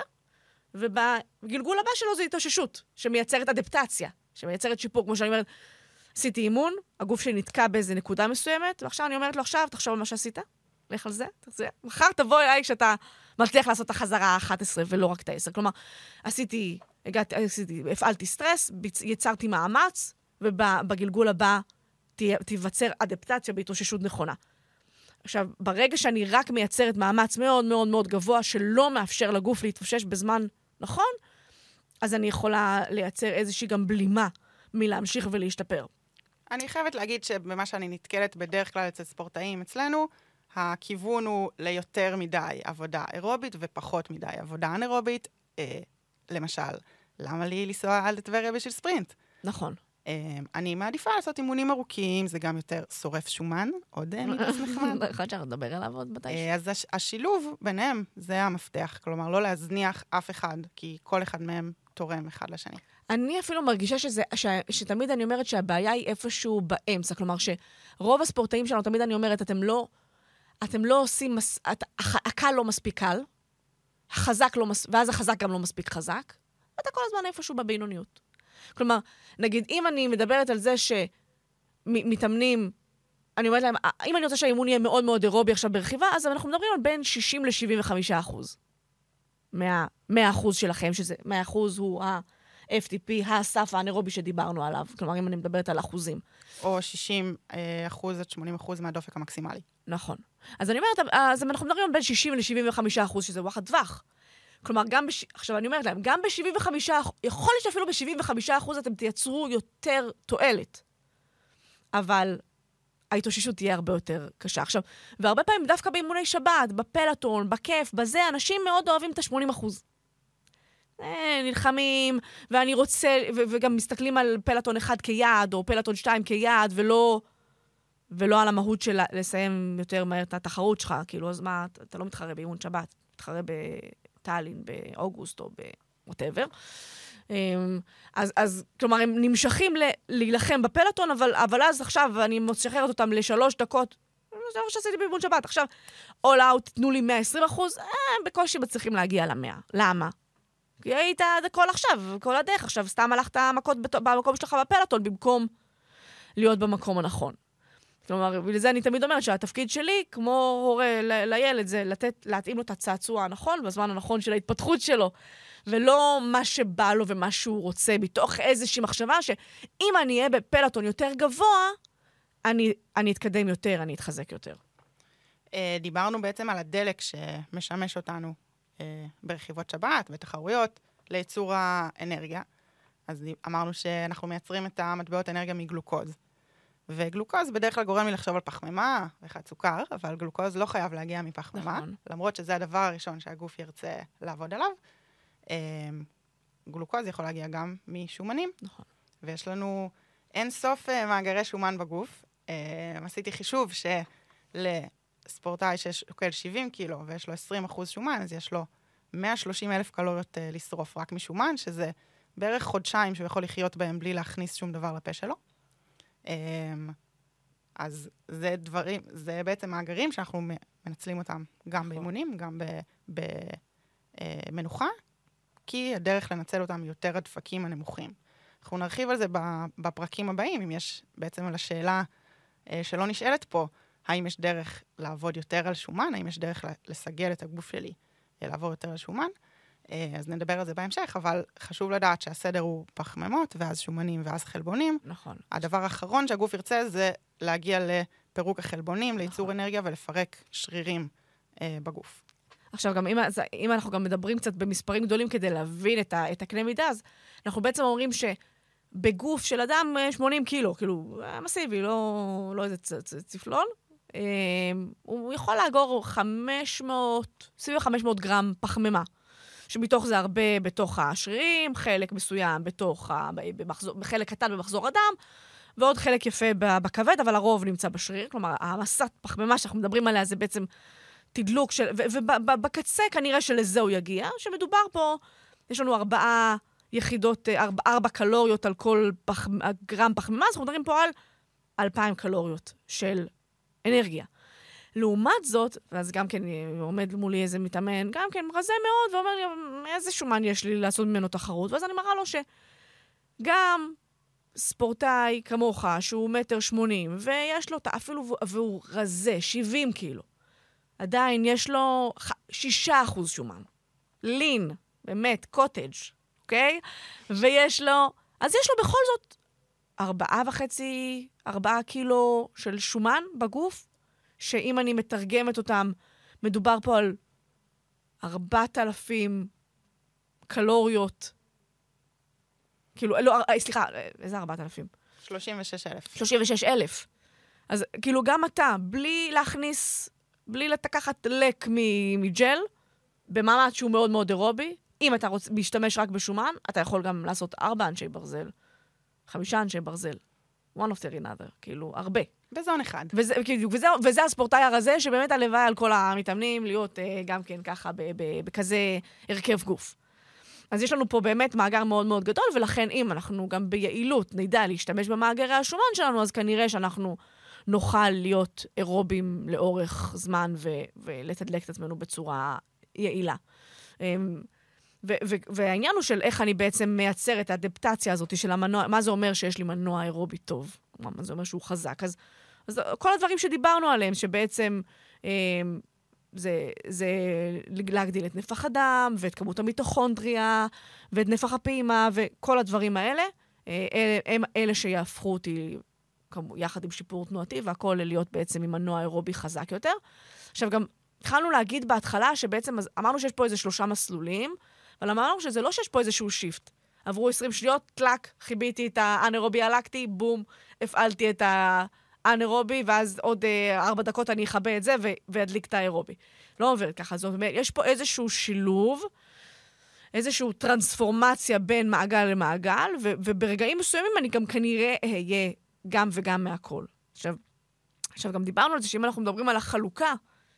ובגלגול הבא שלו זה התאוששות, שמייצרת אדפטציה, שמייצרת שיפור, כמו שאני אומרת, עשיתי אימון, הגוף שלי נתקע באיזה נקודה מסוימת, ועכשיו אני אומרת לו, עכשיו, תחשוב על מה שעשית, לך על זה, תחזיר. מחר תבוא אליי כשאתה מצליח לעשות את החזרה ה-אחת עשרה ולא רק את ה-עשר. כלומר, עשיתי, הגעתי, עשיתי, הפעלתי סטרס, יצרתי מאמץ, ובגלגול הבא תיווצר אדפטציה בהתאוששות נכונה. עכשיו, ברגע שאני רק מייצרת מאמץ מאוד מאוד מאוד גבוה, שלא מאפשר לגוף להתאושש בזמן נכון? אז אני יכולה לייצר איזושהי גם בלימה מלהמשיך ולהשתפר. אני חייבת להגיד שבמה שאני נתקלת בדרך כלל אצל ספורטאים אצלנו, הכיוון הוא ליותר מדי עבודה אירובית ופחות מדי עבודה אנאירובית. אה, למשל, למה לי לנסוע על טבריה בשביל ספרינט? נכון. אה, אני מעדיפה לעשות אימונים ארוכים, זה גם יותר שורף שומן, עוד מיתוס נחמד. נכון שאנחנו נדבר עליו עוד מתי. אה, אז הש- השילוב ביניהם זה המפתח, כלומר, לא להזניח אף אחד, כי כל אחד מהם תורם אחד לשני. אני אפילו מרגישה שזה, ש, שתמיד אני אומרת שהבעיה היא איפשהו באמצע. כלומר, שרוב הספורטאים שלנו, תמיד אני אומרת, אתם לא, אתם לא עושים, מס, את, הקל לא מספיק קל, החזק לא מס, ואז החזק גם לא מספיק חזק, ואתה כל הזמן איפשהו בבינוניות. כלומר, נגיד, אם אני מדברת על זה שמתאמנים, אני אומרת להם, אם אני רוצה שהאימון יהיה מאוד מאוד אירובי עכשיו ברכיבה, אז אנחנו מדברים על בין שישים ל-שבעים וחמישה אחוז. מאה אחוז שלכם, שזה מאה אחוז הוא ה-אף טי פי, הסף האנאירובי שדיברנו עליו. כלומר, אם אני מדברת על אחוזים. או שישים אחוז עד שמונים אחוז מהדופק המקסימלי. נכון. אז אני אומרת, אז אנחנו מדברים על בין שישים ל-שבעים וחמישה אחוז, שזה וואחד טווח. כלומר, גם בש... עכשיו אני אומרת להם, גם ב-שבעים וחמישה אחוז, יכול להיות שאפילו ב-שבעים וחמישה אחוז אתם תייצרו יותר תועלת. אבל ההתאוששות תהיה הרבה יותר קשה. עכשיו, והרבה פעמים דווקא באימוני שבת, בפלטון, בכיף, בזה, אנשים מאוד אוהבים את ה-שמונים אחוז. אה, נלחמים, ואני רוצה, ו- וגם מסתכלים על פלטון אחד כיעד, או פלטון שתיים כיעד, ולא, ולא על המהות של לסיים יותר מהר את התחרות שלך. כאילו, אז מה, אתה, אתה לא מתחרה באימון שבת, מתחרה בטאלין, באוגוסט, או ב-whatever. אז, אז, כלומר, הם נמשכים ל- להילחם בפלטון, אבל, אבל אז עכשיו אני משחררת אותם לשלוש דקות, זה מה שעשיתי באימון שבת. עכשיו, all out, תנו לי מאה ועשרים אחוז, אה, בקושי מצליחים להגיע ל-מאה. למה? כי היית כל עכשיו, כל הדרך. עכשיו, סתם הלכת מכות במקום שלך בפלטון, במקום להיות במקום הנכון. כלומר, ולזה אני תמיד אומרת שהתפקיד שלי, כמו הורה ל- לילד, זה לתת, להתאים לו את הצעצוע הנכון, בזמן הנכון של ההתפתחות שלו. ולא מה שבא לו ומה שהוא רוצה, מתוך איזושהי מחשבה שאם אני אהיה בפלטון יותר גבוה, אני, אני אתקדם יותר, אני אתחזק יותר. דיברנו בעצם על הדלק שמשמש אותנו ברכיבות שבת ותחרויות לייצור האנרגיה. אז אמרנו שאנחנו מייצרים את המטבעות אנרגיה מגלוקוז. וגלוקוז בדרך כלל גורם לי לחשוב על פחמימה ואחד סוכר, אבל גלוקוז לא חייב להגיע מפחמימה, נכון. למרות שזה הדבר הראשון שהגוף ירצה לעבוד עליו. גלוקוז יכול להגיע גם משומנים. נכון. ויש לנו אין סוף מאגרי שומן בגוף. עשיתי חישוב שלספורטאי ששוקל שבעים קילו ויש לו עשרים אחוז שומן, אז יש לו מאה ושלושים אלף קלוריות לשרוף רק משומן, שזה בערך חודשיים שהוא יכול לחיות בהם בלי להכניס שום דבר לפה שלו. אז זה דברים, זה בעצם מאגרים שאנחנו מנצלים אותם גם באימונים, גם במנוחה, כי הדרך לנצל אותם יותר הדפקים הנמוכים. אנחנו נרחיב על זה בפרקים הבאים, אם יש בעצם על השאלה שלא נשאלת פה, האם יש דרך לעבוד יותר על שומן, האם יש דרך לסגל את הגוף שלי לעבור יותר על שומן, אז נדבר על זה בהמשך, אבל חשוב לדעת שהסדר הוא פחמימות, ואז שומנים, ואז חלבונים. נכון. הדבר האחרון שהגוף ירצה זה להגיע לפירוק החלבונים, לייצור נכון. אנרגיה ולפרק שרירים אה, בגוף. עכשיו, גם אם, אם אנחנו גם מדברים קצת במספרים גדולים כדי להבין את, ה, את הקנה מידה, אז אנחנו בעצם אומרים שבגוף של אדם שמונים קילו, כאילו, מסיבי, לא, לא איזה צ, צ, צפלון, אה, הוא יכול לאגור חמש מאות, סביב חמש מאות גרם פחמימה. שמתוך זה הרבה בתוך השרירים, חלק מסוים בתוך, במחזור, חלק קטן במחזור הדם, ועוד חלק יפה בכבד, אבל הרוב נמצא בשריר. כלומר, המסת פחמימה שאנחנו מדברים עליה זה בעצם תדלוק של, ובקצה כנראה שלזה הוא יגיע, שמדובר פה, יש לנו ארבעה יחידות, ארבע, ארבע קלוריות על כל פח, גרם פחמימה, אז אנחנו מדברים פה על אלפיים קלוריות של אנרגיה. לעומת זאת, ואז גם כן עומד מולי איזה מתאמן, גם כן רזה מאוד, ואומר לי, איזה שומן יש לי לעשות ממנו תחרות? ואז אני מראה לו שגם ספורטאי כמוך, שהוא מטר שמונים, ויש לו, אפילו, והוא רזה, שבעים קילו, עדיין יש לו שישה אחוז שומן. לין, באמת, קוטג', אוקיי? ויש לו, אז יש לו בכל זאת ארבעה וחצי, ארבעה קילו של שומן בגוף, שאם אני מתרגמת אותם, מדובר פה על ארבעת אלפים קלוריות. כאילו, לא, סליחה, איזה ארבעת אלפים? שלושים ושש אלף. שלושים ושש אלף. אז כאילו גם אתה, בלי להכניס, בלי לקחת לק מג'ל, במאמץ שהוא מאוד מאוד אירובי, אם אתה רוצה להשתמש רק בשומן, אתה יכול גם לעשות ארבע אנשי ברזל, חמישה אנשי ברזל. one after another, כאילו, הרבה. בזון אחד. וזה, כאילו, וזה, וזה הספורטאי הרזה, שבאמת הלוואי על כל המתאמנים להיות אה, גם כן ככה ב, ב, בכזה הרכב גוף. אז יש לנו פה באמת מאגר מאוד מאוד גדול, ולכן אם אנחנו גם ביעילות נדע להשתמש במאגרי השומן שלנו, אז כנראה שאנחנו נוכל להיות אירובים לאורך זמן ו- ולתדלק את עצמנו בצורה יעילה. ו- ו- והעניין הוא של איך אני בעצם מייצר את האדפטציה הזאת של המנוע, מה זה אומר שיש לי מנוע אירובי טוב? מה זה אומר שהוא חזק? אז, אז כל הדברים שדיברנו עליהם, שבעצם זה, זה להגדיל את נפח הדם, ואת כמות המיטוכונדריה, ואת נפח הפעימה, וכל הדברים האלה, אלה, הם אלה שיהפכו אותי, יחד עם שיפור תנועתי, והכל להיות בעצם עם מנוע אירובי חזק יותר. עכשיו גם התחלנו להגיד בהתחלה, שבעצם אמרנו שיש פה איזה שלושה מסלולים, אבל אמרנו שזה לא שיש פה איזשהו שיפט. עברו עשרים שניות, טלק, חיביתי את האנאירובי, הלקתי, בום, הפעלתי את ה... אנאירובי, ואז עוד אה, ארבע דקות אני אחבא את זה ו- ואדליק את האירובי. לא עובר ככה, זאת אומרת, יש פה איזשהו שילוב, איזשהו טרנספורמציה בין מעגל למעגל, ו- וברגעים מסוימים אני גם כנראה אהיה גם וגם מהכל. עכשיו, עכשיו גם דיברנו על זה, שאם אנחנו מדברים על החלוקה,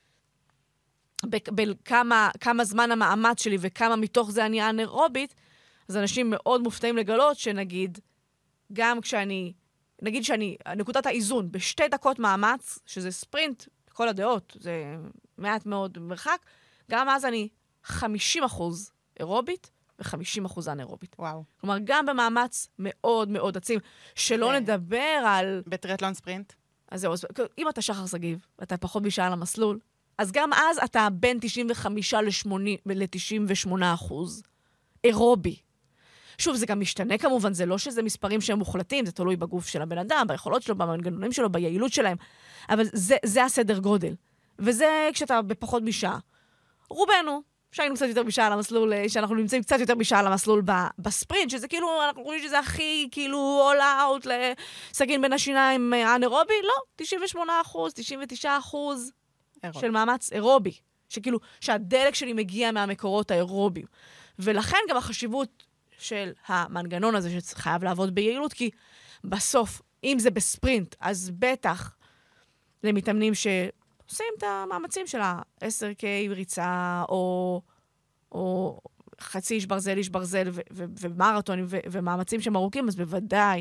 בכמה כמה זמן המאמץ שלי וכמה מתוך זה אני אנאירובית, אז אנשים מאוד מופתעים לגלות שנגיד, גם כשאני... נגיד שאני, נקודת האיזון, בשתי דקות מאמץ, שזה ספרינט, כל הדעות, זה מעט מאוד מרחק, גם אז אני חמישים אחוז אירובית ו-חמישים אחוז אנאירובית. וואו. כלומר, גם במאמץ מאוד מאוד עצים, שלא ו... נדבר על... בטריאטלון ספרינט? אז זהו, אז, אם אתה שחר סגיב, ואתה פחות משעה למסלול, אז גם אז אתה בין תשעים וחמישה ל-תשעים ושמונה אחוז אירובי. שוב, זה גם משתנה כמובן, זה לא שזה מספרים שהם מוחלטים, זה תלוי בגוף של הבן אדם, ביכולות שלו, במנגנונים שלו, ביעילות שלהם, אבל זה, זה הסדר גודל. וזה כשאתה בפחות משעה. רובנו, שהיינו קצת יותר בשעה למסלול, שאנחנו נמצאים קצת יותר בשעה למסלול בספרינט, שזה כאילו, אנחנו רואים שזה הכי, כאילו, all out לסכין בין השיניים אנאירובי, לא, תשעים ושמונה אחוז, תשעים ותשעה אחוז של מאמץ אירובי, שכאילו, שהדלק שלי מגיע מהמקורות האירוביים. ולכן גם החשיבות של המנגנון הזה שחייב לעבוד ביעילות, כי בסוף, אם זה בספרינט, אז בטח למתאמנים שעושים את המאמצים של ה-עשר קיי ריצה, או, או חצי איש ברזל, איש ברזל, ו- ו- ומרתונים, ו- ומאמצים שהם ארוכים, אז בוודאי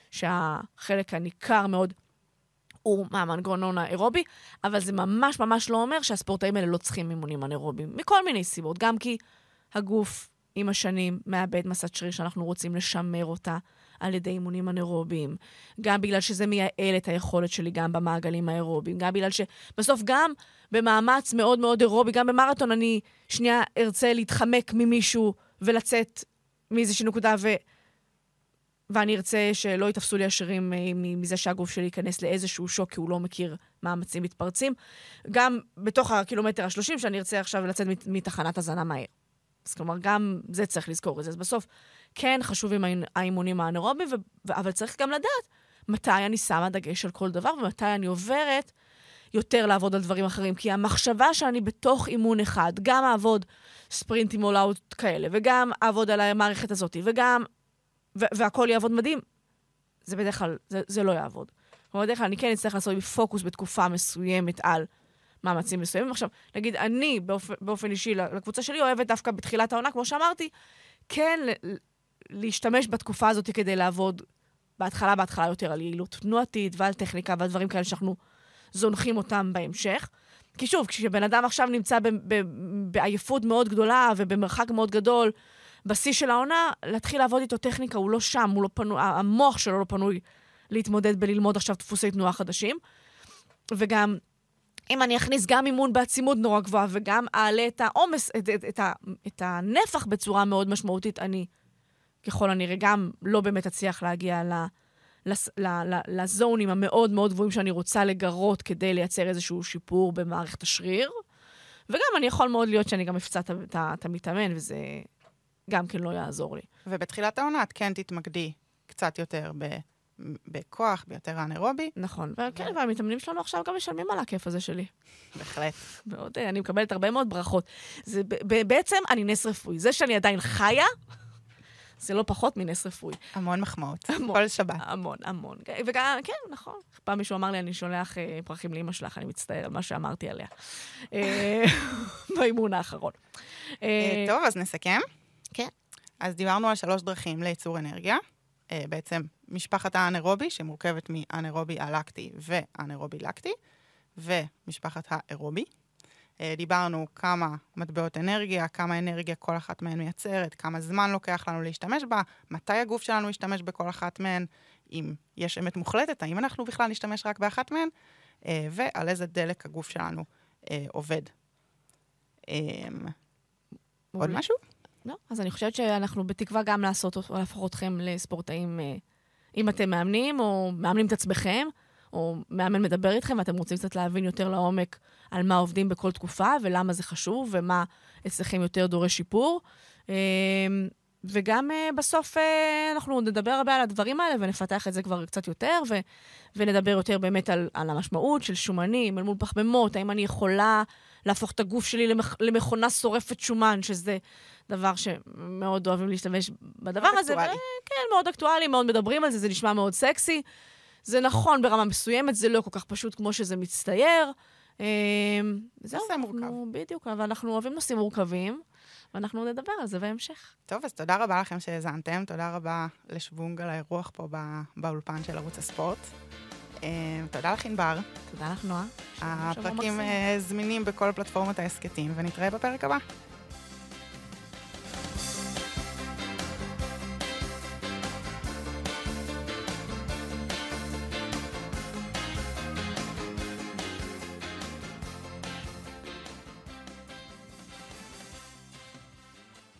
שהחלק הניכר מאוד הוא מהמנגנון האירובי, אבל זה ממש ממש לא אומר שהספורטאים האלה לא צריכים אימונים אנאירוביים, מכל מיני סיבות, גם כי הגוף עם השנים מאבד מסת שריר שאנחנו רוצים לשמר אותה על ידי אימונים אנאירוביים, גם בגלל שזה מייעל את היכולת שלי גם במעגלים האירוביים, גם בגלל שבסוף גם במאמץ מאוד מאוד אירובי, גם במרתון אני שנייה ארצה להתחמק ממישהו ולצאת מאיזושהי נקודה, ו... ואני ארצה שלא יתפסו לי השרירים מזה שהגוף שלי ייכנס לאיזשהו שוק, כי הוא לא מכיר מאמצים מתפרצים. גם בתוך הקילומטר השלושים שאני ארצה עכשיו לצאת מתחנת הזנה מהר. אז כלומר, גם זה צריך לזכור את זה. אז בסוף, כן חשוב עם האימונים האנאירוביים, אבל צריך גם לדעת מתי אני שמה דגש על כל דבר, ומתי אני עוברת יותר לעבוד על דברים אחרים. כי המחשבה שאני בתוך אימון אחד, גם אעבוד ספרינטים אול-אוט כאלה, וגם אעבוד על המערכת הזאת, וגם, והכל יעבוד מדהים, זה בדרך כלל, זה, זה לא יעבוד. כלומר, בדרך כלל אני כן אצטרך לעשות פוקוס בתקופה מסוימת על מאמצים מסוימים. עכשיו, נגיד, אני באופן, באופן אישי לקבוצה שלי אוהבת דווקא בתחילת העונה, כמו שאמרתי, כן להשתמש בתקופה הזאת כדי לעבוד בהתחלה, בהתחלה יותר על יעילות תנועתית ועל טכניקה ועל דברים כאלה שאנחנו זונחים אותם בהמשך. כי שוב, כשבן אדם עכשיו נמצא ב- ב- בעייפות מאוד גדולה ובמרחק מאוד גדול, בשיא של העונה, להתחיל לעבוד איתו טכניקה, הוא לא שם, הוא לא פנוי, המוח שלו לא פנוי להתמודד בללמוד עכשיו דפוסי תנועה חדשים. וגם, אם אני אכניס גם אימון בעצימות נורא גבוהה, וגם אעלה את העומס, את, את, את, את הנפח בצורה מאוד משמעותית, אני, ככל הנראה, גם לא באמת אצליח להגיע ל, לס, ל, ל, לזונים המאוד מאוד גבוהים שאני רוצה לגרות, כדי לייצר איזשהו שיפור במערכת השריר. וגם אני יכול מאוד להיות שאני גם אפצע את המתאמן, וזה גם כן לא יעזור לי. ובתחילת העונה את כן תתמקדי קצת יותר ב... בכוח, ביותר אנאירובי. נכון, וכן, והמתאמנים שלנו עכשיו גם משלמים על הכיף הזה שלי. בהחלט. מאוד, אני מקבלת הרבה מאוד ברכות. זה, בעצם אני נס רפואי. זה שאני עדיין חיה, זה לא פחות מנס רפואי. המון מחמאות. כל שבת. המון, המון. וגם, כן, נכון. פעם מישהו אמר לי, אני שולח פרחים לאמא שלך, אני מצטער על מה שאמרתי עליה. באימון האחרון. טוב, אז נסכם. כן. אז דיברנו על שלוש דרכים לייצור אנרגיה. בעצם משפחת האנאירובי, שמורכבת מאנאירובי אלקטי ואנאירובי לקטי, ומשפחת האירובי. דיברנו כמה מטבעות אנרגיה, כמה אנרגיה כל אחת מהן מייצרת, כמה זמן לוקח לנו להשתמש בה, מתי הגוף שלנו ישתמש בכל אחת מהן, אם יש אמת מוחלטת, האם אנחנו בכלל נשתמש רק באחת מהן, ועל איזה דלק הגוף שלנו עובד. עוד משהו? לא, אז אני חושבת שאנחנו בתקווה גם לעשות, או להפוך אתכם לספורטאים, אם אתם מאמנים, או מאמנים את עצמכם, או מאמן מדבר איתכם, ואתם רוצים קצת להבין יותר לעומק על מה עובדים בכל תקופה, ולמה זה חשוב, ומה אצלכם יותר דורש שיפור. וגם בסוף אנחנו נדבר הרבה על הדברים האלה, ונפתח את זה כבר קצת יותר, ו- ונדבר יותר באמת על, על המשמעות של שומנים, אל מול פחמימות, האם אני יכולה להפוך את הגוף שלי למכ- למכונה שורפת שומן, שזה דבר שמאוד אוהבים להשתמש בדבר הזה. אקטואלי. כן, מאוד אקטואלי, מאוד מדברים על זה, זה נשמע מאוד סקסי. זה נכון ברמה מסוימת, זה לא כל כך פשוט כמו שזה מצטייר. זה נושא מורכב. בדיוק, אבל אנחנו אוהבים נושאים מורכבים, ואנחנו נדבר על זה בהמשך. טוב, אז תודה רבה לכם שהזנתם, תודה רבה לשוונג על האירוח פה באולפן של ערוץ הספורט. תודה לך ענבר. תודה לך נועה. הפרקים זמינים בכל פלטפורמות ההסקטים, ונתראה בפרק הבא.